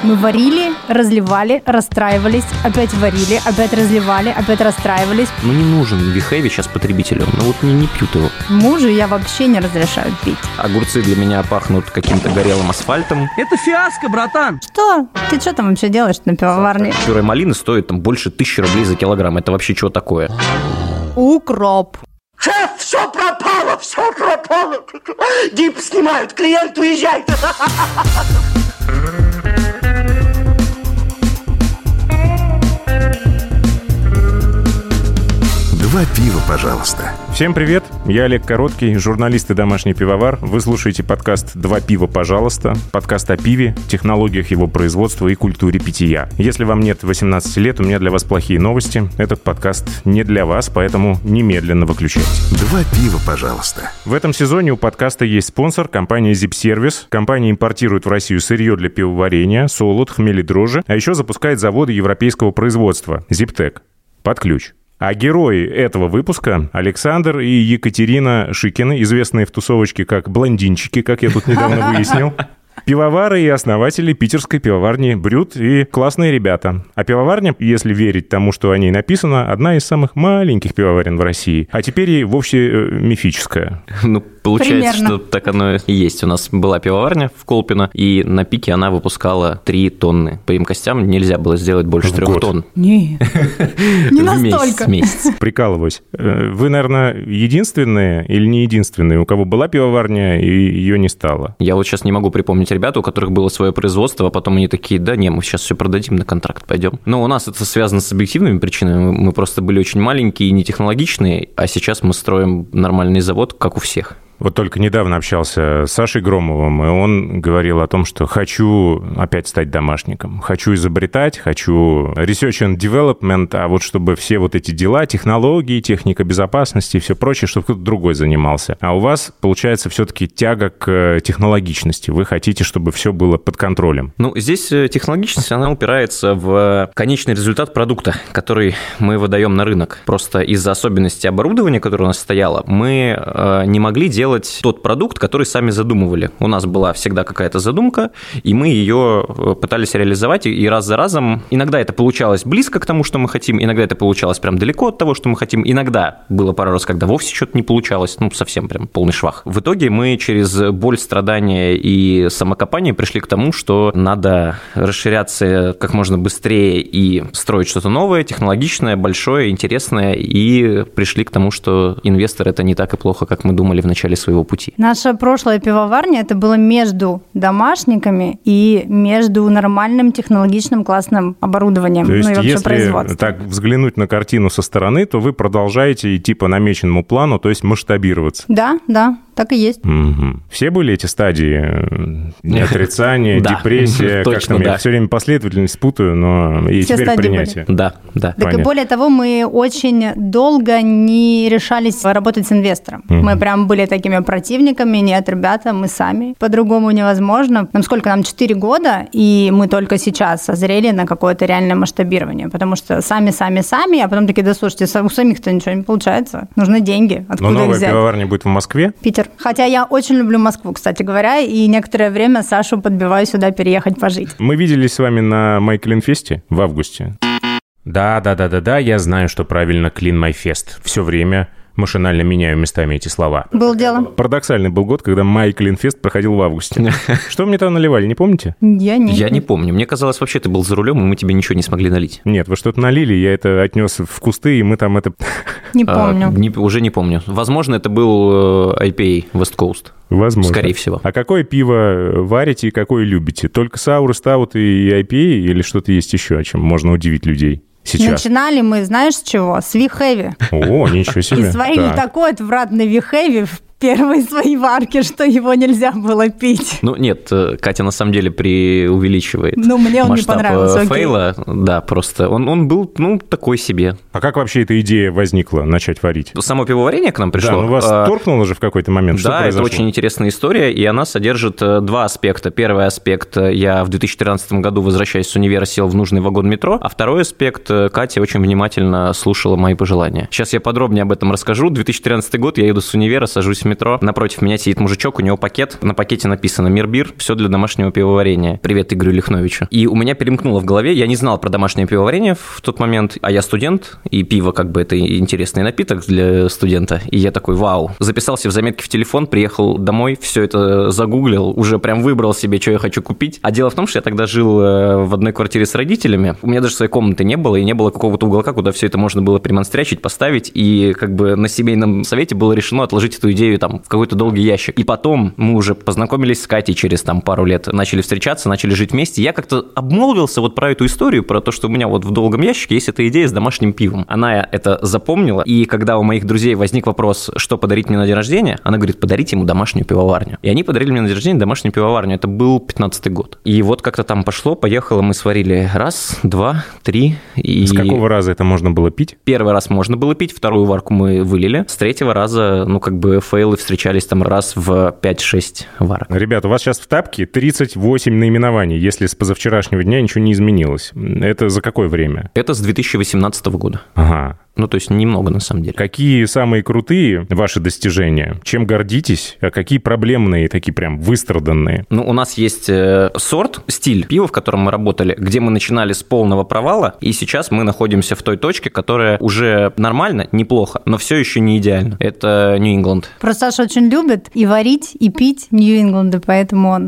Мы варили, разливали, расстраивались, опять варили, опять разливали, опять расстраивались. Ну не нужен V-Heavy сейчас потребителю, ну вот не пьют его. Мужу я вообще не разрешаю пить. Огурцы для меня пахнут каким-то горелым асфальтом. Это фиаско, братан! Что? Ты что там вообще делаешь на пивоварне? Пюре малины стоит там больше 1000 рублей за килограмм. Это вообще что такое? Укроп. Шеф, все пропало, все пропало. Гипс снимают, клиент уезжает. Два пива, пожалуйста. Всем привет, я Олег Короткий, журналист и домашний пивовар. Вы слушаете подкаст «Два пива, пожалуйста». Подкаст о пиве, технологиях его производства и культуре питья. Если вам нет 18 лет, у меня для вас плохие новости. Этот подкаст не для вас, поэтому немедленно выключайте. Два пива, пожалуйста. В этом сезоне у подкаста есть спонсор, компания Zipservice. Компания импортирует в Россию сырье для пивоварения, солод, хмель и дрожжи, а еще запускает заводы европейского производства ZipTech. Под ключ. А герои этого выпуска — Александр и Екатерина Шикины, известные в тусовочке как блондинчики, как я тут недавно выяснил. Пивовары и основатели питерской пивоварни «Брют» и классные ребята. А пивоварня, если верить тому, что о ней написано, одна из самых маленьких пивоварен в России. А теперь и вовсе мифическая. Ну, получается, примерно. что так оно и есть. У нас была пивоварня в Колпино, и на пике она выпускала 3 тонны. По емкостям нельзя было сделать больше 3 тонн. Не настолько. В месяц. Прикалываюсь. Вы, наверное, единственные или не единственные, у кого была пивоварня и ее не стало? Я вот сейчас не могу припомнить ребят, у которых было свое производство, а потом они такие: да не, мы сейчас все продадим на контракт, пойдем. Но у нас это связано с объективными причинами. Мы просто были очень маленькие и нетехнологичные, а сейчас мы строим нормальный завод, как у всех. Вот только недавно общался с Сашей Громовым, и он говорил о том, что хочу опять стать домашником, хочу изобретать, хочу research and development, а вот чтобы все вот эти дела, технологии, техника безопасности и все прочее, чтобы кто-то другой занимался. А у вас, получается, все-таки тяга к технологичности. Вы хотите, чтобы все было под контролем. Ну, здесь технологичность, она упирается в конечный результат продукта, который мы выдаем на рынок. Просто из-за особенностей оборудования, которое у нас стояло, мы не могли делать тот продукт, который сами задумывали. У нас была всегда какая-то задумка, и мы ее пытались реализовать, и раз за разом. Иногда это получалось близко к тому, что мы хотим, иногда это получалось прям далеко от того, что мы хотим. Иногда было пару раз, когда вовсе что-то не получалось, ну, совсем прям полный швах. В итоге мы через боль, страдания и самокопание пришли к тому, что надо расширяться как можно быстрее и строить что-то новое, технологичное, большое, интересное, и пришли к тому, что инвестор — это не так и плохо, как мы думали в начале своего пути. Наша прошлая пивоварня — это было между домашниками и между нормальным технологичным классным оборудованием. То есть, ну и вообще если производством. так взглянуть на картину со стороны, то вы продолжаете идти по намеченному плану, то есть масштабироваться. Да, так и есть. Угу. Все были эти стадии? Отрицание, депрессия, как там, я все время последовательность путаю, но и теперь принятие. Да. Так и более того, мы очень долго не решались работать с инвестором. Мы прям были такими противниками: нет, ребята, мы сами. По-другому невозможно. Нам 4 года, и мы только сейчас созрели на какое-то реальное масштабирование, потому что сами, а потом такие: да слушайте, у самих-то ничего не получается, нужны деньги, откуда их взять? Но новая пивоварня будет в Москве? Питер. Хотя я очень люблю Москву, кстати говоря, и некоторое время Сашу подбиваю сюда переехать пожить. Мы виделись с вами на MyCleanFest в августе. Да, я знаю, что правильно Clean My Fest. Все время машинально меняю местами эти слова. Был дело. Парадоксальный был год, когда MyCleanFest проходил в августе. Что мне там наливали, не помните? Я не помню. Мне казалось, вообще ты был за рулем, и мы тебе ничего не смогли налить. Нет, вы что-то налили, я это отнес в кусты, и мы там это... Не помню. Уже не помню. Возможно, это был IPA West Coast. Возможно. Скорее всего. А какое пиво варите и какое любите? Только сауры, стауты и IPA, или что-то есть еще, чем можно удивить людей? Сейчас. Начинали мы, знаешь, с чего? С V-Heavy. О, ничего себе. И сварили такой отвратный V-Heavy в первой своей варке, что его нельзя было пить. Ну, нет, Катя на самом деле преувеличивает. Ну, мне он не понравился. Масштаб фейла, да, просто он был, такой себе. А как вообще эта идея возникла, начать варить? Само пивоварение к нам пришло. Да, вас торкнуло же в какой-то момент. Что произошло? Это очень интересная история, и она содержит 2 аспекта. Первый аспект: я в 2013 году, возвращаясь с универа, сел в нужный вагон метро, а второй аспект: Катя очень внимательно слушала мои пожелания. Сейчас я подробнее об этом расскажу. 2013 год, я еду с универа, сажусь в метро, напротив меня сидит мужичок, у него пакет, на пакете написано «Мирбир, все для домашнего пивоварения». Привет Игорю Лихновичу. И у меня перемкнуло в голове, я не знал про домашнее пивоварение в тот момент, а я студент, и пиво как бы это интересный напиток для студента. И я такой, вау. Записался в заметки в телефон, приехал домой, все это загуглил, уже прям выбрал себе, что я хочу купить. А дело в том, что я тогда жил в одной квартире с родителями, у меня даже своей комнаты не было, и не было какого-то уголка, куда все это можно было примонстрячить, поставить, и как бы на семейном совете было решено отложить эту идею там в какой-то долгий ящик. И потом мы уже познакомились с Катей через там пару лет, начали встречаться, начали жить вместе. Я как-то обмолвился вот про эту историю, про то, что у меня вот в долгом ящике есть эта идея с домашним пивом. Она это запомнила, и когда у моих друзей возник вопрос, что подарить мне на день рождения, она говорит, подарите ему домашнюю пивоварню. И они подарили мне на день рождения домашнюю пивоварню. Это был 15-й год. И вот как-то там пошло, поехало, мы сварили раз, два, три. И... С какого раза это можно было пить? Первый раз можно было пить, вторую варку мы вылили. С третьего раза, ну, как бы фейлы встречались там раз в 5-6 варок. Ребят, у вас сейчас в тапке 38 наименований, если с позавчерашнего дня ничего не изменилось. Это за какое время? Это с 2018 года. Ага. Ну, то есть немного на самом деле. Какие самые крутые ваши достижения? Чем гордитесь? А какие проблемные, такие прям выстраданные? Ну, у нас есть сорт, стиль пива, в котором мы работали, где мы начинали с полного провала, и сейчас мы находимся в той точке, которая уже нормально, неплохо, но все еще не идеально. Это Нью-Ингланд. Просто Саша очень любит и варить, и пить Нью-Ингланды, поэтому он...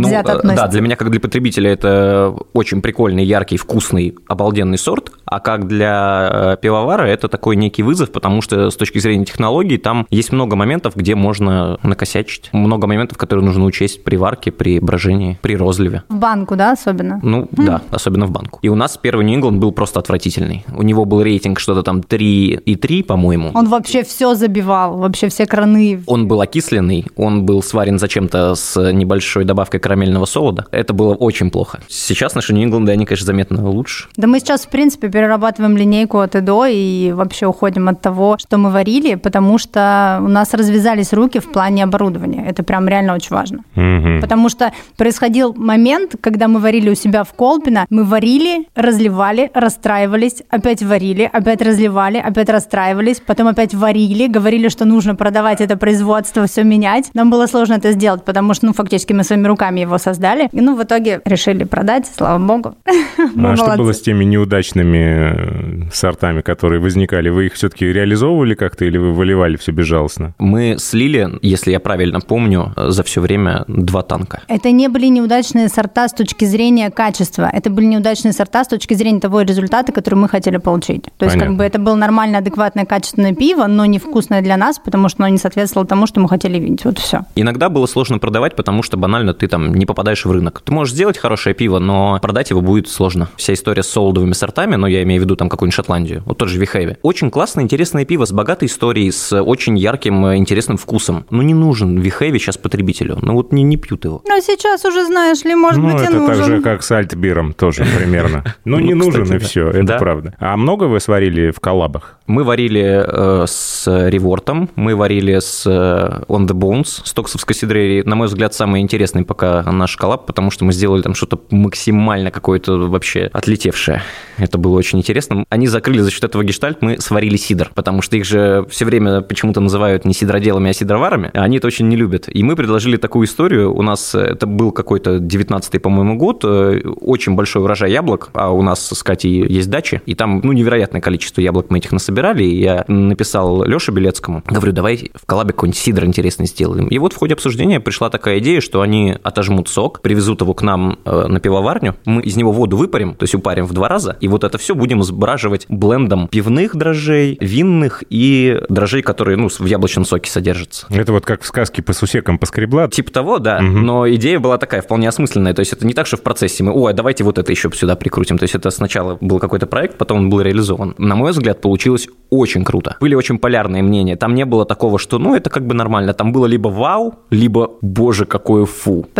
Да, для меня, как для потребителя, это очень прикольный, яркий, вкусный, обалденный сорт, а как для пивовара это такой некий вызов, потому что с точки зрения технологий там есть много моментов, где можно накосячить, много моментов, которые нужно учесть при варке, при брожении, при розливе. В банку, да, особенно? Ну, да, особенно в банку. И у нас первый Нью-Ингланд был просто отвратительный. У него был рейтинг что-то там 3,3, по-моему. Он вообще все забивал, вообще все краны. Он был окисленный, он был сварен зачем-то с небольшой добавкой карамельного солода. Это было очень плохо. Сейчас наши Нью-Ингланды, они, конечно, заметно лучше. Да мы сейчас, в принципе, перерабатываем линейку от и до и вообще уходим от того, что мы варили, потому что у нас развязались руки в плане оборудования. Это прям реально очень важно. Потому что происходил момент, когда мы варили у себя в Колпино, мы варили, разливали, расстраивались, опять варили, опять разливали, опять расстраивались, потом опять варили, говорили, что нужно продавать это производство, все менять. Нам было сложно это сделать, потому что, фактически мы своими руками его создали. И, в итоге решили продать, слава богу. А что было с теми неудачными сортами, которые возникали? Вы их все-таки реализовывали как-то или вы выливали все безжалостно? Мы слили, если я правильно помню, за все время 2 танка. Это не были неудачные сорта с точки зрения качества. Это были неудачные сорта с точки зрения того результата, который мы хотели получить. То есть, это было нормально, адекватное, качественное пиво, но невкусное для нас, потому что оно не соответствовало тому, что мы хотели видеть. Вот все. Иногда было сложно продавать, потому что банально ты там не попадаешь в рынок. Ты можешь сделать хорошее пиво, но продать его будет сложно. Вся история с солодовыми сортами, но я имею в виду там какую-нибудь Шотландию, вот тот же Вихеви. Очень классное, интересное пиво с богатой историей, с очень ярким, интересным вкусом. Не нужен Вихеви сейчас потребителю. Не пьют его. Но сейчас уже, знаешь ли, может быть, и нужен. Это так же, как с альтбиром тоже примерно. Не нужен, и все, это правда. А много вы сварили в коллабах? Мы варили с Ревортом, мы варили с On the Bones, с Токсовской сидрерии. На мой взгляд, самый интересный пока наш коллаб, потому что мы сделали там что-то максимально какое-то вообще отлетевшее. Это было очень интересно. Они закрыли за счет этого гештальт, мы сварили сидр, потому что их же все время почему-то называют не сидроделами, а сидроварами, а они это очень не любят. И мы предложили такую историю. У нас это был какой-то 19-й, по-моему, год, очень большой урожай яблок, а у нас с Катей есть дачи, и там, невероятное количество яблок мы этих насобирали, и я написал Лёше Белецкому, говорю, давай в коллабе какой-нибудь сидр интересный сделаем. И вот в ходе обсуждения пришла такая идея, что они отожмут сок, привезут его к нам на пивоварню, мы из него воду выпарим, то есть упарим в 2 раза, и вот это все будем сбраживать блендом пивных дрожжей, винных и дрожжей, которые, в яблочном соке содержатся. Это вот как в сказке по сусекам поскребла? Типа того, да, но идея была такая вполне осмысленная, то есть это не так, что в процессе мы, давайте вот это еще сюда прикрутим, то есть это сначала был какой-то проект, потом он был реализован. На мой взгляд, получилось очень круто. Были очень полярные мнения, там не было такого, что, это как бы нормально, там было либо вау, либо, боже, какое фу.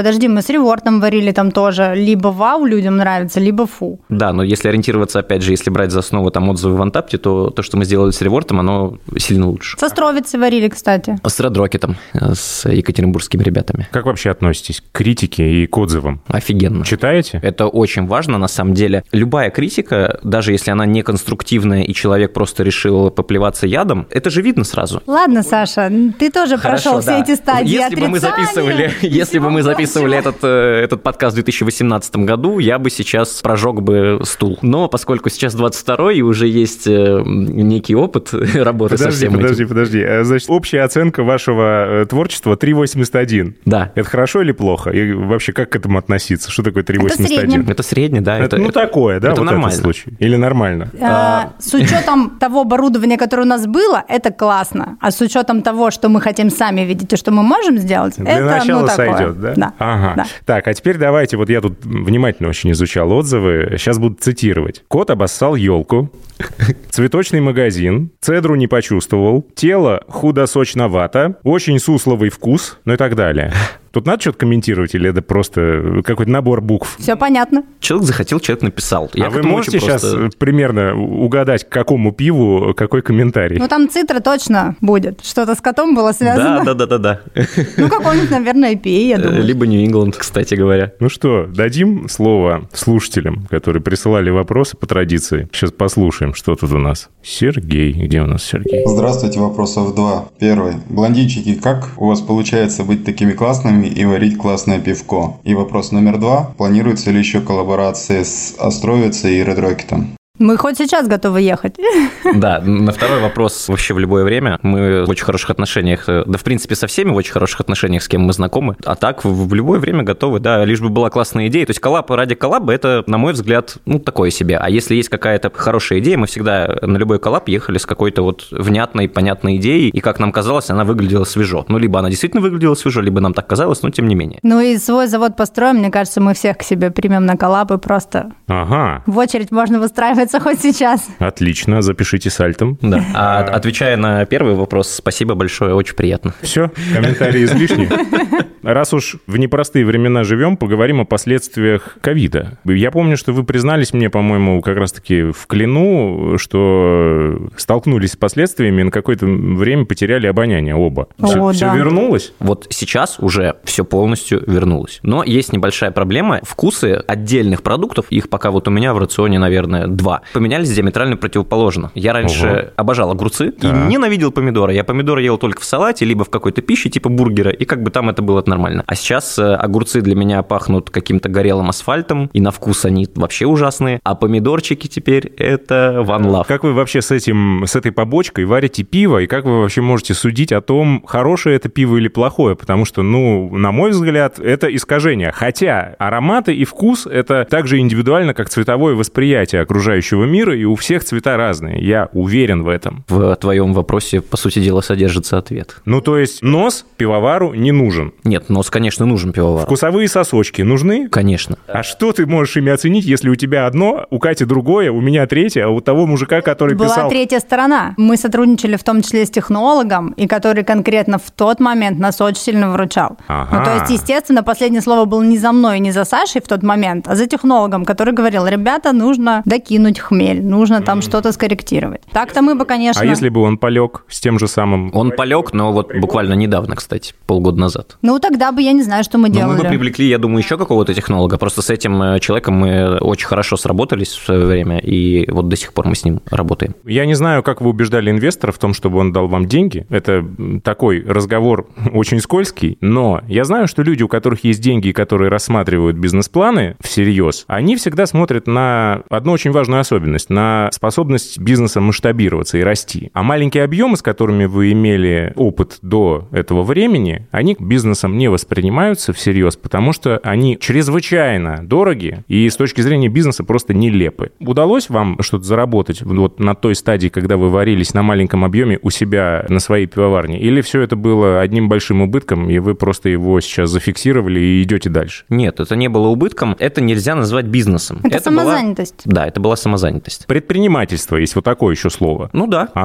подожди, мы с ревортом варили там тоже. Либо вау людям нравится, либо фу. Да, но если ориентироваться, опять же, если брать за основу там отзывы в Антапте, то то, что мы сделали с ревортом, оно сильно лучше. Со Стровицей варили, кстати. С Red Rocket, с екатеринбургскими ребятами. Как вообще относитесь к критике и к отзывам? Офигенно. Читаете? Это очень важно, на самом деле. Любая критика, даже если она не конструктивная, и человек просто решил поплеваться ядом, это же видно сразу. Ладно, Саша, ты тоже прошел все эти стадии Если бы мы записывали этот подкаст в 2018 году, я бы сейчас прожег бы стул. Но поскольку сейчас 22-й, и уже есть некий опыт работы со всем этим. Подожди. Значит, общая оценка вашего творчества 3,81. Да. Это хорошо или плохо? И вообще, как к этому относиться? Что такое 3,81? Это среднее, да. Это такое, да? Это вот нормально. Этот случай? Или нормально? С учетом того оборудования, которое у нас было, это классно. А с учетом того, что мы хотим сами видеть и что мы можем сделать, для это начала такое. сойдет, да? Да. Ага. Да. Так, а теперь давайте, вот я тут внимательно очень изучал отзывы, сейчас буду цитировать. Кот обоссал елку, цветочный магазин, цедру не почувствовал, тело худо-сочновато, очень сусловый вкус, ну и так далее. Тут надо что-то комментировать или это просто какой-то набор букв? Все понятно. Человек захотел, человек написал. А вы можете сейчас примерно угадать, к какому пиву какой комментарий? Ну, там цитра точно будет. Что-то с котом было связано. Да. Ну, какой-нибудь, наверное, IPA, я думаю. Либо Нью-Ингланд, кстати говоря. Ну что, дадим слово слушателям, которые присылали вопросы по традиции. Сейчас послушаем, что тут у нас. Сергей. Где у нас Сергей? Здравствуйте, вопросов два. Первый. Блондинчики, как у вас получается быть такими классными и варить классное пивко? И вопрос номер два. Планируется ли еще коллаборации с Островицей и Red Rocket? Мы хоть сейчас готовы ехать. Да, на второй вопрос вообще в любое время. Мы в очень хороших отношениях, да, в принципе, со всеми в очень хороших отношениях, с кем мы знакомы. А так, в любое время готовы, да, лишь бы была классная идея. То есть коллаб ради коллаба, это, на мой взгляд, ну, такое себе. А если есть какая-то хорошая идея, мы всегда на любой коллаб ехали с какой-то вот внятной, понятной идеей, и, как нам казалось, она выглядела свежо. Ну, либо она действительно выглядела свежо, либо нам так казалось, но тем не менее. Ну и свой завод построим, мне кажется, мы всех к себе примем на коллабы просто. Ага. В очередь можно выстраиваться хоть сейчас. Отлично, запишите сальтом. Да. А отвечая на первый вопрос, спасибо большое, очень приятно. Все, комментарии излишни. Раз уж в непростые времена живем, поговорим о последствиях ковида. Я помню, что вы признались мне, по-моему, как раз-таки в Клину, что столкнулись с последствиями и на какое-то время потеряли обоняние оба. Все вернулось? Вот сейчас уже все полностью вернулось. Но есть небольшая проблема. Вкусы отдельных продуктов, их пока вот у меня в рационе, наверное, 2, поменялись диаметрально противоположно. Я раньше обожал огурцы и ненавидел помидоры. Я помидоры ел только в салате, либо в какой-то пище типа бургера, и как бы там это было нормально. А сейчас огурцы для меня пахнут каким-то горелым асфальтом, и на вкус они вообще ужасные, а помидорчики теперь это one love. Как вы вообще с этой побочкой варите пиво, и как вы вообще можете судить о том, хорошее это пиво или плохое? Потому что, ну, на мой взгляд, это искажение. Хотя ароматы и вкус — это так же индивидуально, как цветовое восприятие окружающего мира, и у всех цвета разные. Я уверен в этом. В твоем вопросе, по сути дела, содержится ответ. Ну, то есть нос пивовару не нужен? Нет, нос, конечно, нужен пивовару. Вкусовые сосочки нужны? Конечно. А что ты можешь ими оценить, если у тебя одно, у Кати другое, у меня третье, а у того мужика, который была писал... Была третья сторона. Мы сотрудничали в том числе с технологом, и который конкретно в тот момент нас очень сильно выручал. Ага. Ну, то есть, естественно, последнее слово было не за мной, не за Сашей в тот момент, а за технологом, который говорил: ребята, нужно докинуть хмель, нужно там что-то скорректировать. Так-то мы бы, конечно... А если бы он полег с тем же самым... Он полег, но вот буквально недавно, кстати, полгода назад. Ну, тогда бы я не знаю, что мы делали. Мы бы привлекли, я думаю, еще какого-то технолога. Просто с этим человеком мы очень хорошо сработались в свое время, и вот до сих пор мы с ним работаем. Я не знаю, как вы убеждали инвестора в том, чтобы он дал вам деньги. Это такой разговор очень скользкий, но я знаю, что люди, у которых есть деньги и которые рассматривают бизнес-планы всерьез, они всегда смотрят на одну очень важную особенность, на способность бизнеса масштабироваться и расти. А маленькие объемы, с которыми вы имели опыт до этого времени, они бизнесом не воспринимаются всерьез, потому что они чрезвычайно дороги и с точки зрения бизнеса просто нелепы. Удалось вам что-то заработать вот на той стадии, когда вы варились на маленьком объеме у себя на своей пивоварне? Или все это было одним большим убытком, и вы просто его сейчас зафиксировали и идете дальше? Нет, это не было убытком, это нельзя назвать бизнесом. Это самозанятость. Да, это была самозанятость. Предпринимательство есть вот такое еще слово. Ну да. Оно?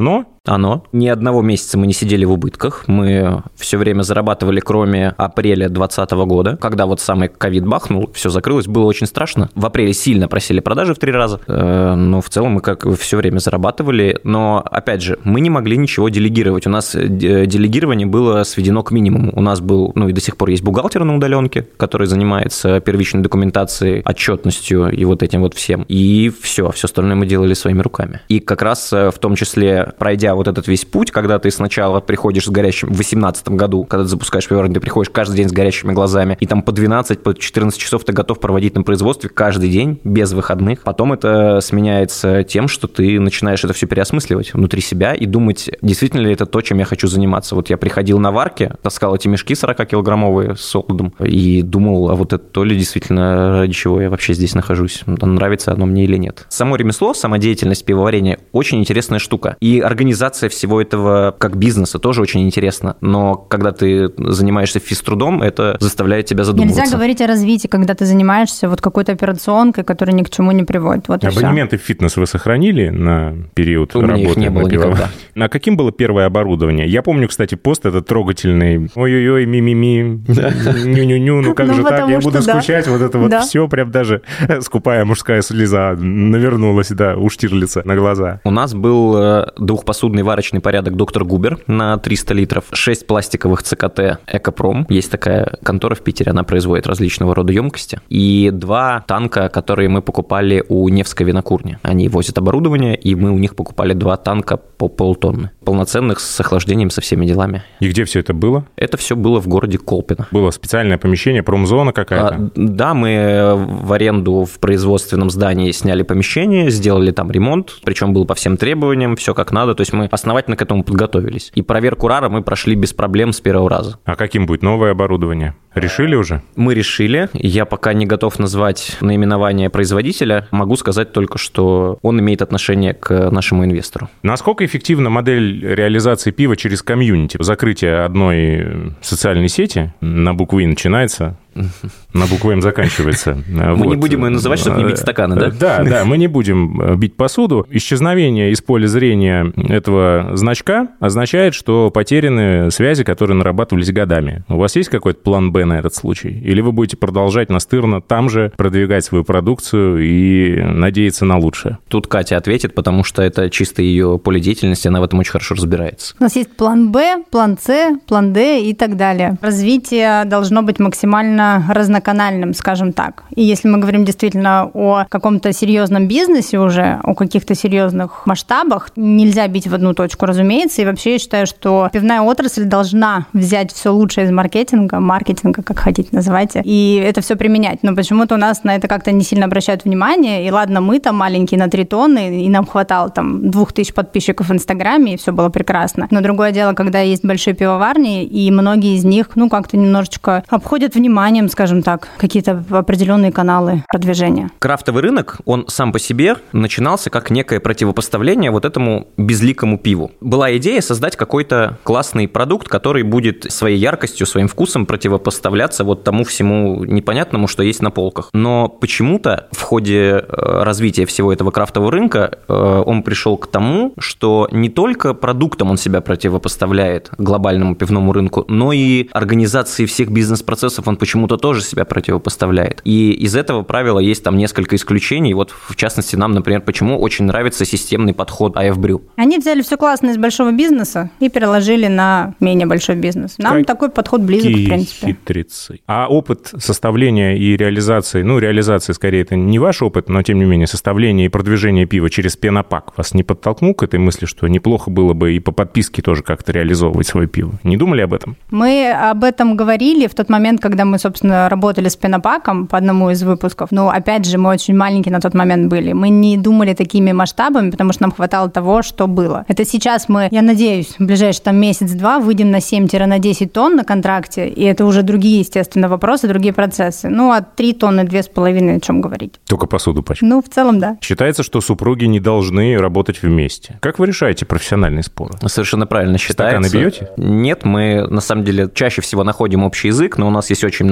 Ни одного месяца мы не сидели в убытках. Мы все время зарабатывали, кроме апреля 2020 года, когда вот самый ковид бахнул, все закрылось, было очень страшно. В апреле сильно просели продажи в 3 раза, но в целом мы как все время зарабатывали. Но, опять же, мы не могли ничего делегировать. У нас делегирование было сведено к минимуму. У нас был, и до сих пор есть бухгалтер на удаленке, который занимается первичной документацией, отчетностью и вот этим вот всем. И все остальное мы делали своими руками. И как раз в том числе, пройдя вот этот весь путь, когда ты сначала приходишь с горящим, в 2018 году, когда ты запускаешь пивоварню, ты приходишь каждый день с горящими глазами, и там по 12, по 14 часов ты готов проводить на производстве каждый день, без выходных. Потом это сменяется тем, что ты начинаешь это все переосмысливать внутри себя и думать, действительно ли это то, чем я хочу заниматься. Вот я приходил на варке, таскал эти мешки 40-килограммовые с солодом и думал, а вот это то ли действительно, ради чего я вообще здесь нахожусь, нравится оно мне или нет. Само ремесло, сама деятельность пивоварения очень интересная штука. И организация всего этого как бизнеса тоже очень интересна. Но когда ты занимаешься физтрудом, это заставляет тебя задумываться. Нельзя говорить о развитии, когда ты занимаешься вот какой-то операционкой, которая ни к чему не приводит. Вот абонементы в фитнес вы сохранили на период работы? У меня их не было никогда. А каким было первое оборудование? Я помню, кстати, пост этот трогательный. Ой-ой-ой, ми-ми-ми, ню-ню-ню, ну как же так, я буду скучать. Вот это вот все, прям даже скупая мужская слеза навернулась, у Штирлица на глаза. У нас был двухпосудный варочный порядок «Доктор Губер» на 300 литров, 6 пластиковых ЦКТ «Экопром». Есть такая контора в Питере, она производит различного рода емкости. И 2 танка, которые мы покупали у Невской винокурни. Они возят оборудование, и мы у них покупали 2 танка по полтонны. Полноценных, с охлаждением, со всеми делами. И где все это было? Это все было в городе Колпино. Было специальное помещение, промзона какая-то? Да, мы в аренду в производственном здании сняли помещение, сделали там ремонт, причем был по всем требованиям, все как надо, то есть мы основательно к этому подготовились. И проверку РАРа мы прошли без проблем с первого раза. А каким будет новое оборудование? Решили уже? Мы решили. Я пока не готов назвать наименование производителя. Могу сказать только, что он имеет отношение к нашему инвестору. Насколько эффективна модель реализации пива через комьюнити? Закрытие одной социальной сети на букву «И» начинается, на букву «М» заканчивается. Мы не будем ее называть, чтобы не бить стаканы, да? Да, мы не будем бить посуду. Исчезновение из поля зрения этого значка означает, что потеряны связи, которые нарабатывались годами. У вас есть какой-то план «Б» на этот случай? Или вы будете продолжать настырно там же продвигать свою продукцию и надеяться на лучшее? Тут Катя ответит, потому что это чисто ее поле деятельности, она в этом очень хорошо разбирается. У нас есть план «Б», план «С», план «Д» и так далее. Развитие должно быть максимально разноканальным, скажем так. И если мы говорим действительно о каком-то серьезном бизнесе уже, о каких-то серьезных масштабах, нельзя бить в одну точку, разумеется. И вообще я считаю, что пивная отрасль должна взять все лучшее из маркетинга, как хотите называйте, и это все применять. Но почему-то у нас на это как-то не сильно обращают внимание. И ладно, мы там маленькие на 3 тонны, и нам хватало там 2000 подписчиков в Инстаграме, и все было прекрасно. Но другое дело, когда есть большие пивоварни, и многие из них, как-то немножечко обходят вниманием, скажем так, какие-то определенные каналы продвижения. Крафтовый рынок, он сам по себе начинался как некое противопоставление вот этому безликому пиву. Была идея создать какой-то классный продукт, который будет своей яркостью, своим вкусом противопоставляться вот тому всему непонятному, что есть на полках. Но почему-то в ходе развития всего этого крафтового рынка он пришел к тому, что не только продуктом он себя противопоставляет глобальному пивному рынку, но и организации всех бизнес-процессов он почему-то тоже себя противопоставляет. И из этого правила есть там несколько исключений. Вот, в частности, нам, например, почему очень нравится системный подход АФ Брю. Они взяли все классное из большого бизнеса и переложили на менее большой бизнес. Нам такой подход близок, в принципе. Хитрецы. А опыт составления и реализации, реализация, скорее, это не ваш опыт, но, тем не менее, составление и продвижение пива через пенопак вас не подтолкнул к этой мысли, что неплохо было бы и по подписке тоже как-то реализовывать свое пиво? Не думали об этом? Мы об этом говорили в тот момент, когда мы, собственно, работали с пенопаком по одному из выпусков. Но, опять же, мы очень маленькие на тот момент были. Мы не думали такими масштабами, потому что нам хватало того, что было. Это сейчас мы, я надеюсь, в ближайший месяц-два выйдем на 7-10 тонн на контракте, и это уже другие, естественно, вопросы, другие процессы. А 3 тонны, 2,5, о чем говорить? Только посуду пачкать. В целом, да. Считается, что супруги не должны работать вместе. Как вы решаете профессиональные споры? Совершенно правильно считается. Стаканы бьете? Нет, мы, на самом деле, чаще всего находим общий язык, но у нас есть очень много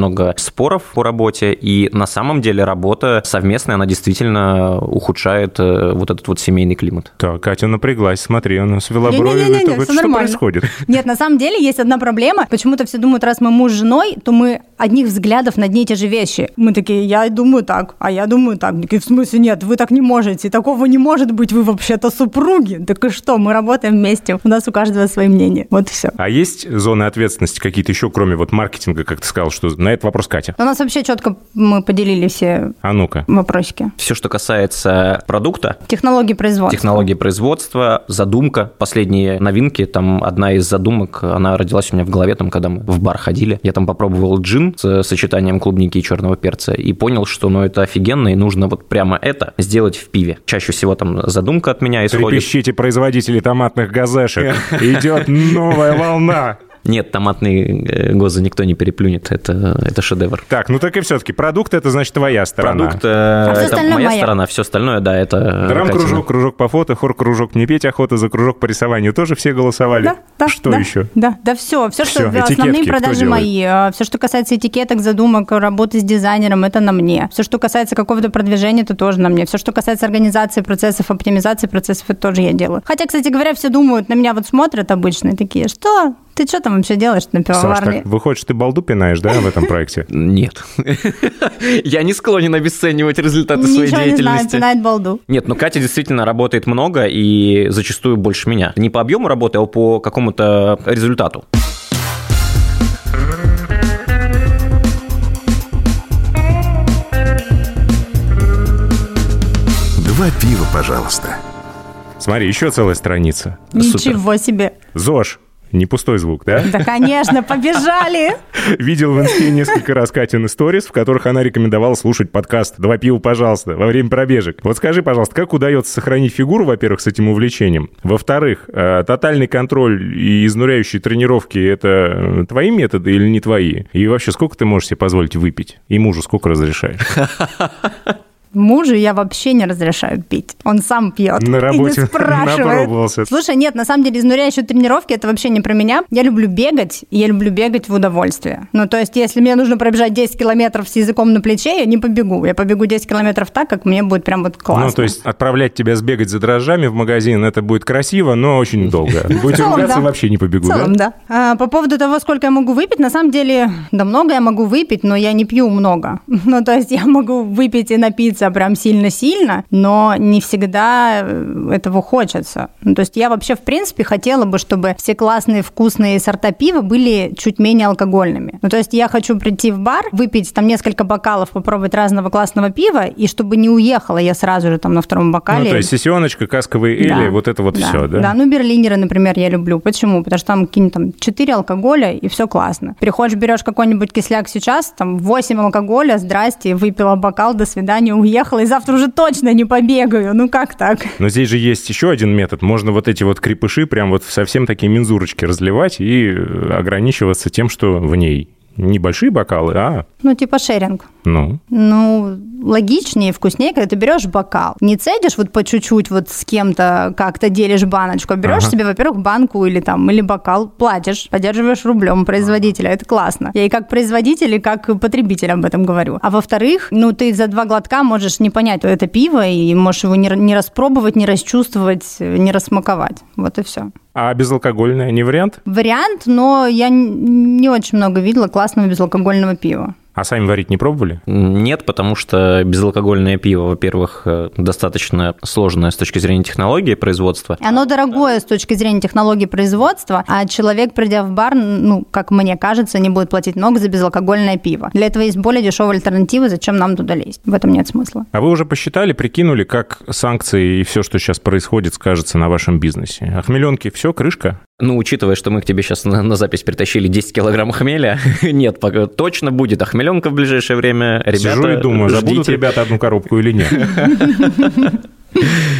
много споров по работе, и на самом деле работа совместная, она действительно ухудшает вот этот вот семейный климат. Так, Катя напряглась, смотри, она свела брови, Не-не-не, что происходит? Нет, на самом деле есть одна проблема. Почему-то все думают, раз мы муж с женой, то мы одних взглядов на одни и те же вещи. Мы такие, я думаю так, а я думаю так. Такие, в смысле, нет, вы так не можете, такого не может быть, вы вообще-то супруги. Так и что, мы работаем вместе, у нас у каждого свои мнения, вот и все. А есть зоны ответственности какие-то еще, кроме вот маркетинга, как ты сказал, что на этот вопрос Катя? У нас вообще четко мы поделили все вопросики. Все, что касается продукта, технологии производства, задумка, последние новинки, там одна из задумок, она родилась у меня в голове, там, когда мы в бар ходили, я там попробовал джин с сочетанием клубники и черного перца и понял, что это офигенно, и нужно вот прямо это сделать в пиве. Чаще всего там задумка от меня исходит. Трепещите, производители томатных газешек, идет новая волна. Нет, томатные гозы никто не переплюнет, это шедевр. Так, так и все-таки продукт – это, значит, твоя сторона. Продукт – это моя сторона, все остальное, да, это Драм-кружок, кружок по фото, хор-кружок не петь, охота за кружок по рисованию тоже все голосовали? Да. Что еще? Да, все, что основные продажи мои, все, что касается этикеток, задумок, работы с дизайнером, это на мне. Все, что касается какого-то продвижения, это тоже на мне. Все, что касается организации процессов, оптимизации процессов, это тоже я делаю. Хотя, кстати говоря, все думают, на меня вот смотрят обычно, такие, что? Ты что там вообще делаешь на пивоварне? Саш, так выходит, что ты балду пинаешь, да, в этом проекте? Нет. Я не склонен обесценивать результаты своей деятельности. Ничего не знаю, пинает балду. Нет, Катя действительно работает много и зачастую больше меня. Не по объему работы, а по какому-то результату. Два пива, пожалуйста. Смотри, еще целая страница. Ничего себе. ЗОЖ. Не пустой звук, да? Да, конечно, побежали! Видел в инсте несколько раз Катины сторис, в которых она рекомендовала слушать подкаст «Два пива, пожалуйста» во время пробежек. Вот скажи, пожалуйста, как удается сохранить фигуру, во-первых, с этим увлечением? Во-вторых, тотальный контроль и изнуряющие тренировки – это твои методы или не твои? И вообще, сколько ты можешь себе позволить выпить? И мужу сколько разрешаешь? Мужу я вообще не разрешаю пить. Он сам пьет. На работе и не спрашивает. Напробовался. Слушай, нет, на самом деле изнуряющие тренировки – это вообще не про меня. Я люблю бегать, и я люблю бегать в удовольствие. То есть, если мне нужно пробежать 10 километров с языком на плече, я не побегу. Я побегу 10 километров так, как мне будет прям вот классно. То есть, отправлять тебя сбегать за дрожжами в магазин – это будет красиво, но очень долго. Будете ругаться, вообще не побегу, да? В целом, да. По поводу того, сколько я могу выпить, на самом деле, много я могу выпить, но я не пью много. То есть, я могу выпить и напиться прям сильно-сильно, но не всегда этого хочется. То есть я вообще, в принципе, хотела бы, чтобы все классные, вкусные сорта пива были чуть менее алкогольными. То есть я хочу прийти в бар, выпить там несколько бокалов, попробовать разного классного пива, и чтобы не уехала я сразу же там на втором бокале. То есть сессионочка, касковые эли, вот это вот все, да? Да, берлинеры, например, я люблю. Почему? Потому что там какие-нибудь 4 алкоголя, и все классно. Приходишь, берешь какой-нибудь кисляк сейчас, там 8 алкоголя, здрасте, выпила бокал, до свидания, уехала, и завтра уже точно не побегаю. Как так? Но здесь же есть еще один метод. Можно вот эти вот крепыши прям вот в совсем такие мензурочки разливать и ограничиваться тем, что в ней небольшие бокалы, а... типа шеринг. Ну, логичнее, вкуснее, когда ты берешь бокал. Не цедишь вот по чуть-чуть вот с кем-то, как-то делишь баночку, а берешь себе, во-первых, банку или бокал, платишь, поддерживаешь рублем производителя. Это классно. Я и как производитель, и как потребитель об этом говорю. А во-вторых, ты за 2 глотка можешь не понять, что это пиво, и можешь его не распробовать, не расчувствовать, не рассмаковать. Вот и все. А безалкогольное не вариант? Вариант, но я не очень много видела классного безалкогольного пива. А сами варить не пробовали? Нет, потому что безалкогольное пиво, во-первых, достаточно сложное с точки зрения технологии производства. Оно дорогое с точки зрения технологии производства, а человек, придя в бар, как мне кажется, не будет платить много за безалкогольное пиво. Для этого есть более дешевые альтернативы, зачем нам туда лезть? В этом нет смысла. А вы уже посчитали, прикинули, как санкции и все, что сейчас происходит, скажется на вашем бизнесе? Охмеленки, все, крышка? Учитывая, что мы к тебе сейчас на запись притащили 10 килограмм хмеля, нет, пока точно будет охмеленка в ближайшее время. Ребята, сижу и думаю, ждите. Забудут ребята одну коробку или нет?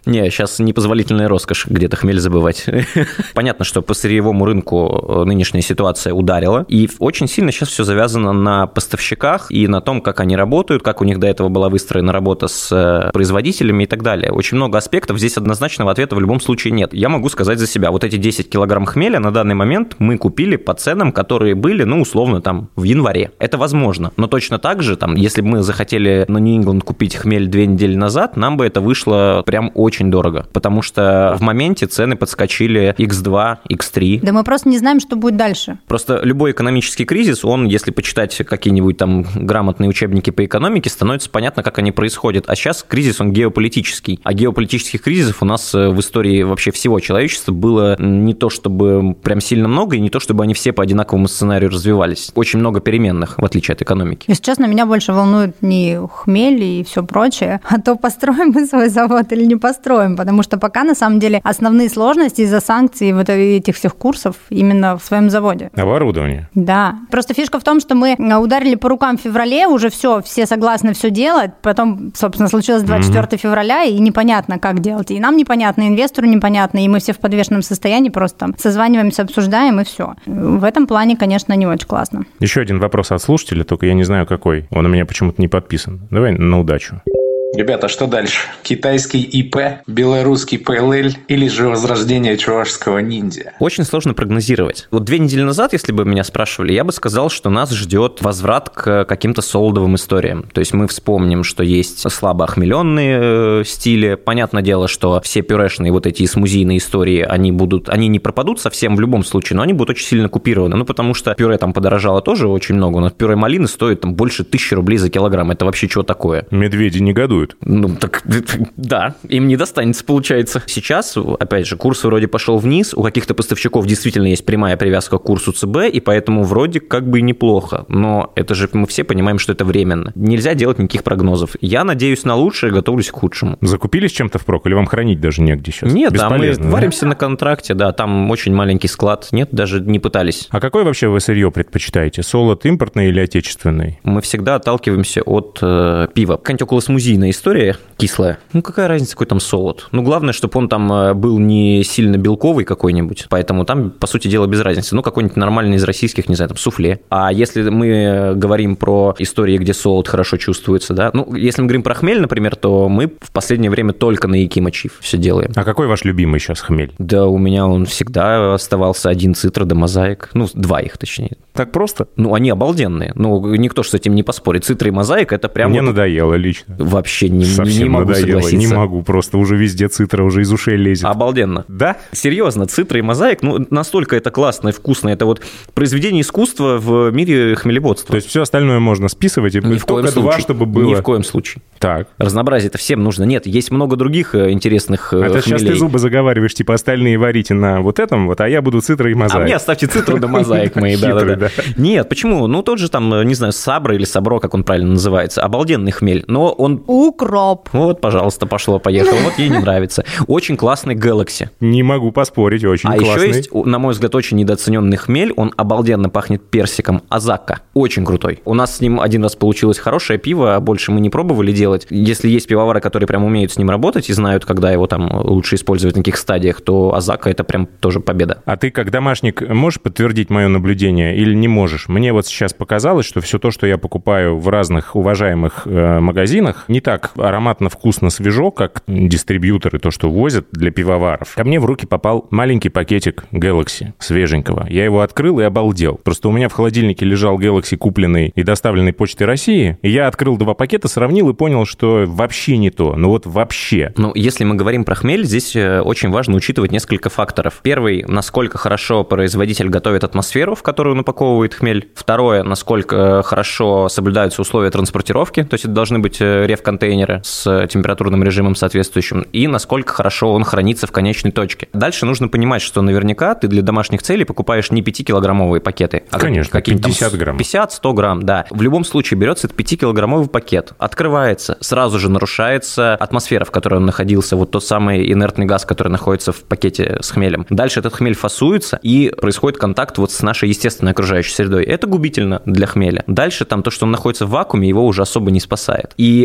Не, сейчас непозволительная роскошь где-то хмель забывать. Понятно, что по сырьевому рынку нынешняя ситуация ударила, и очень сильно сейчас все завязано на поставщиках и на том, как они работают, как у них до этого была выстроена работа с производителями и так далее. Очень много аспектов, здесь однозначного ответа в любом случае нет. Я могу сказать за себя, вот эти 10 килограмм хмеля на данный момент мы купили по ценам, которые были, условно, там, в январе. Это возможно, но точно так же, там, если бы мы захотели на Нью-Ингланд купить хмель 2 недели назад, нам бы это вышло прям очень дорого, потому что в моменте цены подскочили x2, x3. Да мы просто не знаем, что будет дальше. Просто любой экономический кризис, он, если почитать какие-нибудь там грамотные учебники по экономике, становится понятно, как они происходят. А сейчас кризис, он геополитический. А геополитических кризисов у нас в истории вообще всего человечества было не то чтобы прям сильно много, и не то чтобы они все по одинаковому сценарию развивались. Очень много переменных, в отличие от экономики. Если честно, меня больше волнует не хмель и все прочее, а то построим мы свой завод или не построим, потому что пока, на самом деле, основные сложности из-за санкций и вот этих всех курсов именно в своем заводе. Оборудование. Да. Просто фишка в том, что мы ударили по рукам в феврале, уже все согласны все делать, потом, собственно, случилось 24 февраля, и непонятно, как делать. И нам непонятно, и инвестору непонятно, и мы все в подвешенном состоянии, просто там созваниваемся, обсуждаем, и все. В этом плане, конечно, не очень классно. Еще один вопрос от слушателя, только я не знаю, какой. Он у меня почему-то не подписан. Давай на удачу. Ребята, что дальше? Китайский ИП, белорусский ПЛЛ или же возрождение чувашского ниндзя? Очень сложно прогнозировать. Вот 2 недели назад, если бы меня спрашивали, я бы сказал, что нас ждет возврат к каким-то солодовым историям. То есть мы вспомним, что есть слабо охмеленные стили. Понятное дело, что все пюрешные вот эти смузийные истории, они не пропадут совсем в любом случае, но они будут очень сильно купированы. Потому что пюре там подорожало тоже очень много. У нас пюре малины стоит там больше 1000 рублей за килограмм. Это вообще что такое? Медведи негодуют. Так да, им не достанется, получается. Сейчас, опять же, курс вроде пошел вниз, у каких-то поставщиков действительно есть прямая привязка к курсу ЦБ, и поэтому вроде как бы и неплохо. Но это же мы все понимаем, что это временно. Нельзя делать никаких прогнозов. Я надеюсь на лучшее, готовлюсь к худшему. Закупились чем-то впрок, или вам хранить даже негде сейчас? Нет, мы варимся на контракте, да, там очень маленький склад. Нет, даже не пытались. А какое вообще вы сырье предпочитаете? Солод импортный или отечественный? Мы всегда отталкиваемся от пива. Какая-нибудь околосмузийная история кислая. Какая разница, какой там солод? Главное, чтобы он там был не сильно белковый какой-нибудь, поэтому там, по сути дела, без разницы. Какой-нибудь нормальный из российских, не знаю, там, суфле. А если мы говорим про истории, где солод хорошо чувствуется, да, если мы говорим про хмель, например, то мы в последнее время только на Якимачив все делаем. А какой ваш любимый сейчас хмель? Да, у меня он всегда оставался один Цитра да Мозаик. 2 их, точнее. Так просто? Они обалденные. Никто ж с этим не поспорит. Цитра и Мозаик — это прям... Мне надоело лично. Вообще не могу надоело. согласиться. Не могу, просто уже везде Цитра, уже из ушей лезет. Обалденно. Да? Серьезно, Цитра и Мозаик, настолько это классно и вкусно. Это вот произведение искусства в мире хмелеводства. То есть все остальное можно списывать, и только 2, чтобы было... Ни в коем случае. Так. Разнообразие-то всем нужно. Нет, есть много других интересных хмелей. Это сейчас ты зубы заговариваешь, типа остальные варите на вот этом, а я буду Цитра и Мозаик. А мне оставьте Цитру да Мозаик мои. Да. Нет, почему? Тот же там, не знаю, Сабра или Сабро, как он правильно называется. Обалденный хмель, но он... Укроп. Вот, пожалуйста, пошло-поехало. Вот ей не нравится. Очень классный Galaxy. Не могу поспорить, очень классный. А еще есть, на мой взгляд, очень недооцененный хмель. Он обалденно пахнет персиком. Азака. Очень крутой. У нас с ним один раз получилось хорошее пиво, а больше мы не пробовали делать. Если есть пивовары, которые прям умеют с ним работать и знают, когда его там лучше использовать на каких стадиях, то Азака — это прям тоже победа. А ты, как домашник, можешь подтвердить мое наблюдение или не можешь? Мне вот сейчас показалось, что все то, что я покупаю в разных уважаемых магазинах, не так ароматно, вкусно, свежо, как дистрибьюторы, то, что возят для пивоваров. Ко мне в руки попал маленький пакетик Galaxy, свеженького. Я его открыл и обалдел. Просто у меня в холодильнике лежал Galaxy, купленный и доставленный Почтой России, и я открыл 2 пакета, сравнил и понял, что вообще не то. Вообще. Если мы говорим про хмель, здесь очень важно учитывать несколько факторов. Первый, насколько хорошо производитель готовит атмосферу, в которую он упаковывает хмель. Второе, насколько хорошо соблюдаются условия транспортировки, то есть это должны быть реф-контейнеры с температурным режимом соответствующим, и насколько хорошо он хранится в конечной точке. Дальше нужно понимать, что наверняка ты для домашних целей покупаешь не 5-килограммовые пакеты, а конечно, 50 грамм. 50-100 грамм, да. В любом случае берется этот 5-килограммовый пакет, открывается, сразу же нарушается атмосфера, в которой он находился, вот тот самый инертный газ, который находится в пакете с хмелем. Дальше этот хмель фасуется, и происходит контакт вот с нашей естественной окружающей средой. Это губительно для хмеля. Дальше там то, что он находится в вакууме, его уже особо не спасает. И опять же,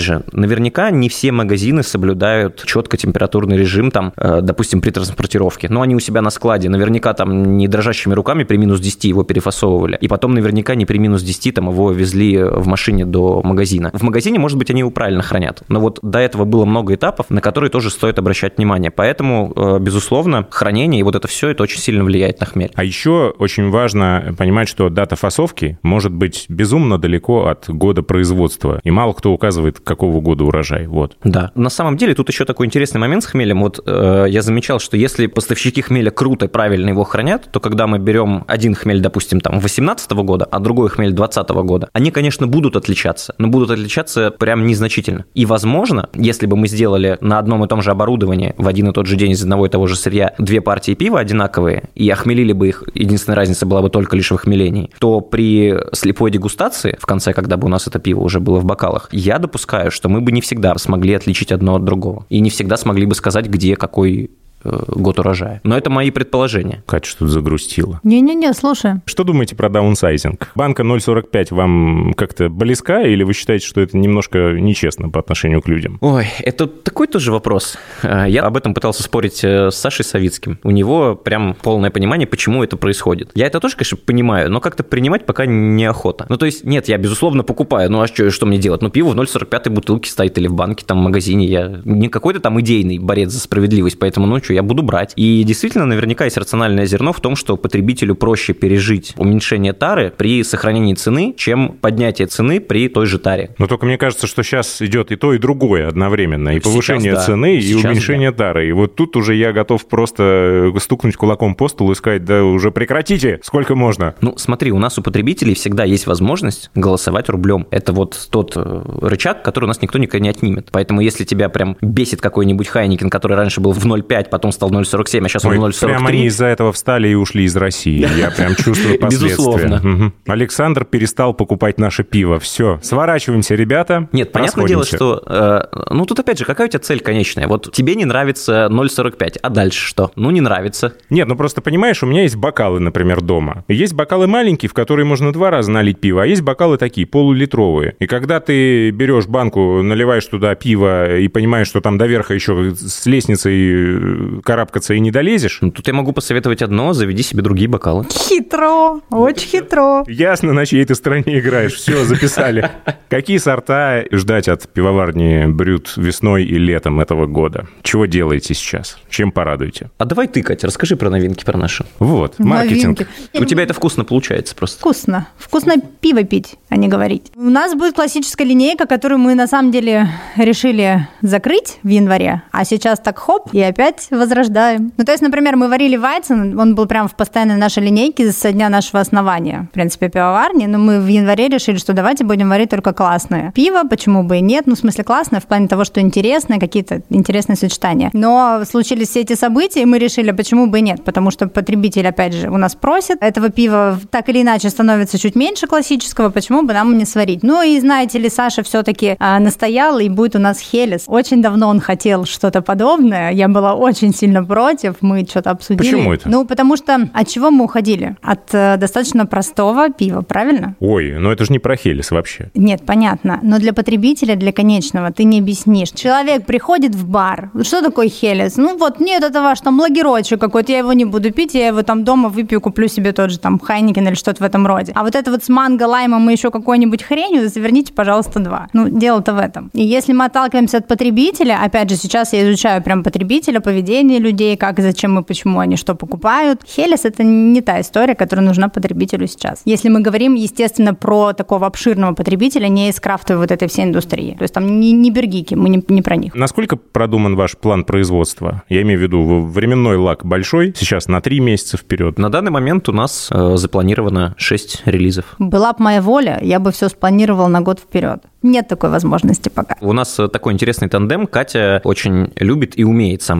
же, наверняка не все магазины соблюдают четко температурный режим, там, допустим, при транспортировке. Но они у себя на складе. Наверняка там не дрожащими руками при минус 10 его перефасовывали. И потом наверняка не при минус 10 там его везли в машине до магазина. В магазине, может быть, они его правильно хранят. Но вот до этого было много этапов, на которые тоже стоит обращать внимание. Поэтому, безусловно, хранение и вот это все, это очень сильно влияет на хмель. А еще очень важно понимать, что дата фасовки может быть безумно далеко от года производства. И мало кто указывает, какого года урожай. Вот. Да. На самом деле, тут еще такой интересный момент с хмелем. Вот я замечал, что если поставщики хмеля круто и правильно его хранят, то когда мы берем один хмель, допустим, там 2018 года, а другой хмель 2020 года, они, конечно, будут отличаться, но будут отличаться прям незначительно. И, возможно, если бы мы сделали на одном и том же оборудовании в один и тот же день из одного и того же сырья 2 партии пива одинаковые, и охмелили бы их, единственная разница была бы только лишь в охмелении, то при слепой дегустации, в конце, когда бы у нас это пиво уже было в бокалах, я допускаю, что мы бы не всегда смогли отличить одно от другого. И не всегда смогли бы сказать, где какой год урожая. Но это мои предположения. Катя что-то загрустила. Не-не-не, слушай. Что думаете про даунсайзинг? Банка 0,45 вам как-то близка, или вы считаете, что это немножко нечестно по отношению к людям? Ой, это такой тоже вопрос. Я об этом пытался спорить с Сашей Савицким. У него прям полное понимание, почему это происходит. Я это тоже, конечно, понимаю, но как-то принимать пока неохота. Ну, то есть, нет, я, безусловно, покупаю. Ну, а что мне делать? Ну, пиво в 0,45 бутылке стоит или в банке, там, в магазине. Я не какой-то там идейный борец за справедливость, поэтому, ну, что, я буду брать. И действительно, наверняка есть рациональное зерно в том, что потребителю проще пережить уменьшение тары при сохранении цены, чем поднятие цены при той же таре. Но только мне кажется, что сейчас идет и то, и другое одновременно. И повышение сейчас, цены, и уменьшение тары. И вот тут уже я готов просто стукнуть кулаком по столу и сказать, да уже прекратите, сколько можно. Ну, смотри, у нас у потребителей всегда есть возможность голосовать рублем. Это вот тот рычаг, который у нас никто никогда не отнимет. Поэтому если тебя прям бесит какой-нибудь Хайникен, который раньше был в 0,5, потом стал 0,47, а сейчас он 0,43. Прямо они из-за этого встали и ушли из России. Я прям чувствую последствия. Безусловно. Александр перестал покупать наше пиво. Все, сворачиваемся, ребята. Нет, понятное дело, что... ну, тут опять же, какая у тебя цель конечная? Вот тебе не нравится 0,45, а дальше что? Ну, не нравится. Нет, ну просто понимаешь, у меня есть бокалы, например, дома. Есть бокалы маленькие, в которые можно 2 раза налить пиво, а есть бокалы такие, полулитровые. И когда ты берешь банку, наливаешь туда пиво и понимаешь, что там до верха еще с лестницей карабкаться и не долезешь. Ну, тут я могу посоветовать одно, заведи себе другие бокалы. Хитро, очень хитро. Ясно, на чьей ты стороне играешь. Все, записали. Какие сорта ждать от пивоварни Брют весной и летом этого года? Чего делаете сейчас? Чем порадуете? А давай ты, Катя, расскажи про новинки, про наши. Вот, маркетинг. Новинки. У тебя это вкусно получается просто. Вкусно. Вкусно пиво пить, а не говорить. У нас будет классическая линейка, которую мы на самом деле решили закрыть в январе, а сейчас так хоп, и опять возрождаем. Ну, то есть, например, мы варили Вайцен, он был прям в постоянной нашей линейке со дня нашего основания, в принципе, пивоварни, но мы в январе решили, что давайте будем варить только классное пиво, почему бы и нет, ну, в смысле классное, в плане того, что интересное, какие-то интересные сочетания. Но случились все эти события, и мы решили, почему бы и нет, потому что потребитель, опять же, у нас просит, этого пива так или иначе становится чуть меньше классического, почему бы нам не сварить? Ну, и знаете ли, Саша все-таки настоял, и будет у нас Хелес. Очень давно он хотел что-то подобное, я была очень сильно против, мы что-то обсудили. Почему это? Ну, потому что от чего мы уходили? От достаточно простого пива, правильно? Ой, ну это же не про Хелес вообще. Нет, понятно, но для потребителя, для конечного ты не объяснишь. Человек приходит в бар, что такое Хелес? Ну вот, нет, это ваш там лагерочек какой-то, я его не буду пить, я его там дома выпью, куплю себе тот же там Хайникен или что-то в этом роде. А вот это вот с манго, лаймом и еще какой-нибудь хренью, заверните, пожалуйста, 2. Ну, дело-то в этом. И если мы отталкиваемся от потребителя, опять же, сейчас я изучаю прям потребителя, поведение людей, как, зачем и почему они что покупают. Хелес – это не та история, которая нужна потребителю сейчас. Если мы говорим, естественно, про такого обширного потребителя, не из крафтовой вот этой всей индустрии. То есть там не бергики, мы не про них. Насколько продуман ваш план производства? Я имею в виду, временной лаг большой, сейчас на 3 месяца вперед. На данный момент у нас запланировано 6 релизов. Была бы моя воля, я бы все спланировала на год вперед. Нет такой возможности пока. У нас такой интересный тандем. Катя очень любит и умеет, самое главное,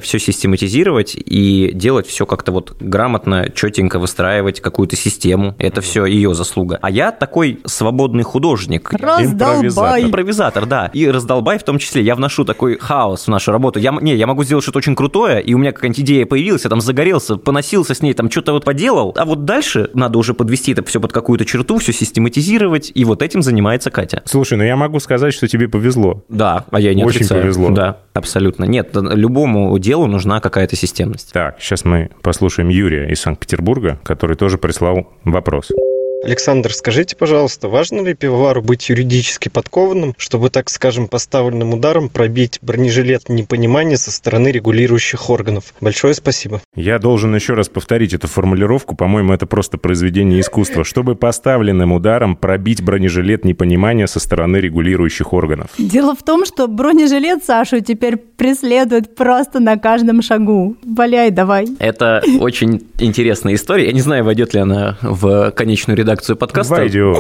все систематизировать и делать все как-то вот грамотно, четенько выстраивать какую-то систему. Это все ее заслуга. А я такой свободный художник. Импровизатор, да. И раздолбай в том числе. Я вношу такой хаос в нашу работу. Я могу сделать что-то очень крутое, и у меня какая-нибудь идея появилась, я там загорелся, поносился с ней, там что-то вот поделал. А вот дальше надо уже подвести это все под какую-то черту, все систематизировать, и вот этим занимается Катя. Слушай, я могу сказать, что тебе повезло. Да, а я не очень отрицаю. Повезло. Да, абсолютно. Нет, любому делу нужна какая-то системность. Так, сейчас мы послушаем Юрия из Санкт-Петербурга, который тоже прислал вопрос. Александр, скажите, пожалуйста, важно ли пивовару быть юридически подкованным, чтобы, так скажем, поставленным ударом пробить бронежилет непонимания со стороны регулирующих органов? Большое спасибо. Я должен еще раз повторить эту формулировку. По-моему, это просто произведение искусства. Чтобы поставленным ударом пробить бронежилет непонимания со стороны регулирующих органов. Дело в том, что бронежилет Сашу теперь преследует просто на каждом шагу. Валяй давай. Это очень интересная история. Я не знаю, войдет ли она в конечную редакцию подкаста. Войдет.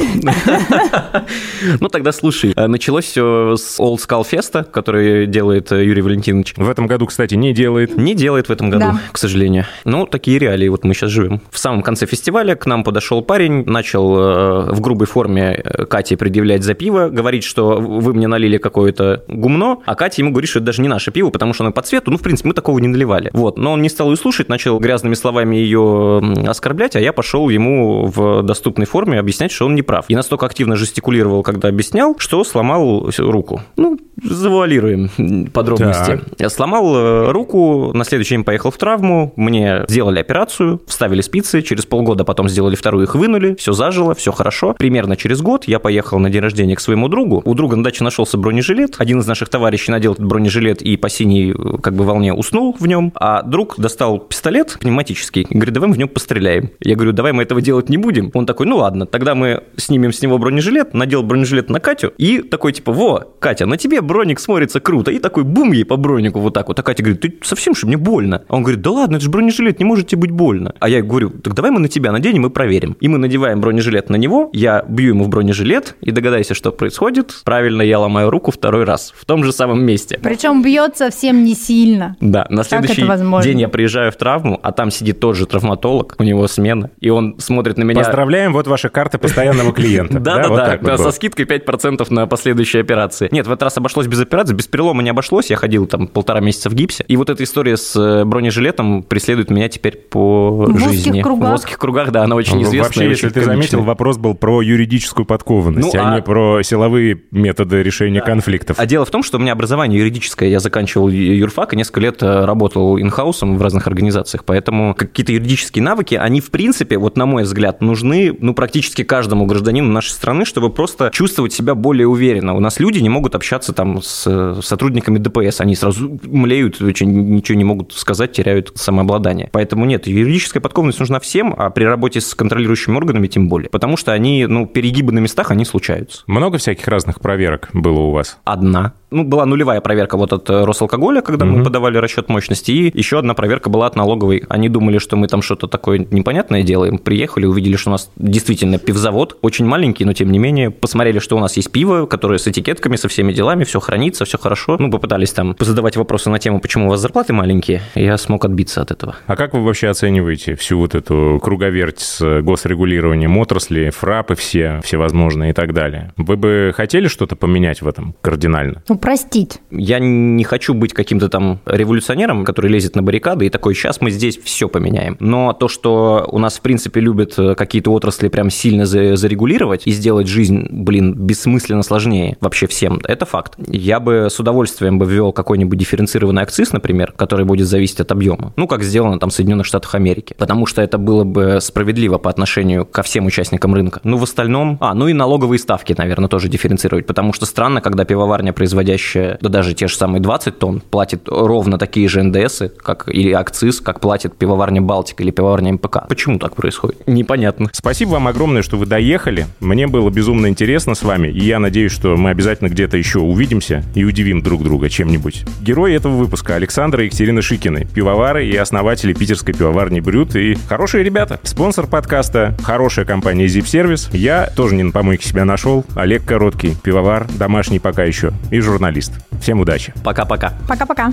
Ну, тогда слушай. Началось все с Old Skull Fest, который делает Юрий Валентинович. В этом году, кстати, не делает. Не делает в этом году, да, к сожалению. Ну, такие реалии, вот мы сейчас живем. В самом конце фестиваля к нам подошел парень, начал в грубой форме Кате предъявлять за пиво, говорить, что вы мне налили какое-то гумно, а Катя ему говорит, что это даже не наше пиво, потому что оно по цвету, в принципе, мы такого не наливали. Вот. Но он не стал ее слушать, начал грязными словами ее оскорблять, а я пошел ему в доступной форме объяснять, что он не прав. И настолько активно жестикулировал, когда объяснял, что сломал руку. Завуалируем подробности. Я сломал руку, на следующий день поехал в травму, мне сделали операцию, вставили спицы, через полгода потом сделали вторую, их вынули, все зажило, все хорошо. Примерно через год я поехал на день рождения к своему другу. У друга на даче нашелся бронежилет. Один из наших товарищей надел этот бронежилет и по синей волне уснул в нем, а друг достал пистолет пневматический и говорит, давай мы в нем постреляем. Я говорю, давай мы этого делать не будем. Он такой, ладно, тогда мы снимем с него бронежилет, надел бронежилет на Катю и такой во, Катя, на тебе броник смотрится круто. И такой бум ей по бронику вот так вот. А Катя говорит, ты совсем что, мне больно? А он говорит, да ладно, это же бронежилет, не может тебе быть больно. А я говорю, так давай мы на тебя наденем и проверим. И мы надеваем бронежилет на него, я бью ему в бронежилет, и догадайся, что происходит. Правильно, я ломаю руку второй раз, в том же самом месте. Причем бьет совсем не сильно. Да, на следующий день я приезжаю в травму, а там сидит тот же травматолог, у него смена, и он смотрит на меня. Поздравляем, вот ваша карта постоянного клиента. Да, со скидкой 5% на последующие операции. Нет, в этот раз обошлось без операции, без перелома не обошлось, я ходил там 1,5 месяца в гипсе, и вот эта история с бронежилетом преследует меня теперь по жизни. В узких кругах, да, она очень известная. Вообще, если ты заметил, вопрос был про юридическую подкованность, а не про силовые методы решения конфликтов. А дело в том, что у меня образование юридическое, я заканчивал юрфак и несколько лет работал инхаусом в разных организациях, поэтому какие-то юридические навыки, они, в принципе, вот на мой взгляд, нужны, практически каждому гражданину нашей страны, чтобы просто чувствовать себя более уверенно. У нас люди не могут общаться там с сотрудниками ДПС, они сразу млеют, ничего не могут сказать, теряют самообладание. Поэтому нет, юридическая подкованность нужна всем, а при работе с контролирующими органами тем более. Потому что они, перегибы на местах, они случаются. Много всяких разных проверок было у вас? Одна. Была нулевая проверка вот от Росалкоголя, когда мы подавали расчет мощности, и еще одна проверка была от налоговой. Они думали, что мы там что-то такое непонятное делаем, приехали, увидели, что у нас действительно пивзавод, очень маленький, но тем не менее, посмотрели, что у нас есть пиво, которое с этикетками, со всеми делами, все хранится, все хорошо. Попытались там позадавать вопросы на тему, почему у вас зарплаты маленькие, и я смог отбиться от этого. А как вы вообще оцениваете всю вот эту круговерть с госрегулированием отрасли, фрапы всевозможные и так далее? Вы бы хотели что-то поменять в этом кардинально? Простить. Я не хочу быть каким-то там революционером, который лезет на баррикады и такой, сейчас мы здесь все поменяем. Но то, что у нас, в принципе, любят какие-то отрасли прям сильно зарегулировать и сделать жизнь, бессмысленно сложнее вообще всем, это факт. Я бы с удовольствием ввел какой-нибудь дифференцированный акциз, например, который будет зависеть от объема. Как сделано там в Соединенных Штатах Америки. Потому что это было бы справедливо по отношению ко всем участникам рынка. В остальном... и налоговые ставки, наверное, тоже дифференцировать, потому что странно, когда пивоварня, производящая, даже те же самые 20 тонн, платит ровно такие же НДСы, или акциз, как платит пивоварня «Балтика» или пивоварня МПК. Почему так происходит? Непонятно. Спасибо вам огромное, что вы доехали. Мне было безумно интересно с вами, и я надеюсь, что мы обязательно где-то еще увидимся и удивим друг друга чем-нибудь. Герои этого выпуска — Александр и Екатерина Шикины, пивовары и основатели питерской пивоварни «Брют», и хорошие ребята. Спонсор подкаста — хорошая компания «Зипсервис». Я тоже не на помойке себя нашел. Олег Короткий, пивовар, домашний пока еще, и журналист. Всем удачи. Пока-пока. Пока-пока.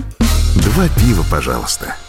Два пива, пожалуйста.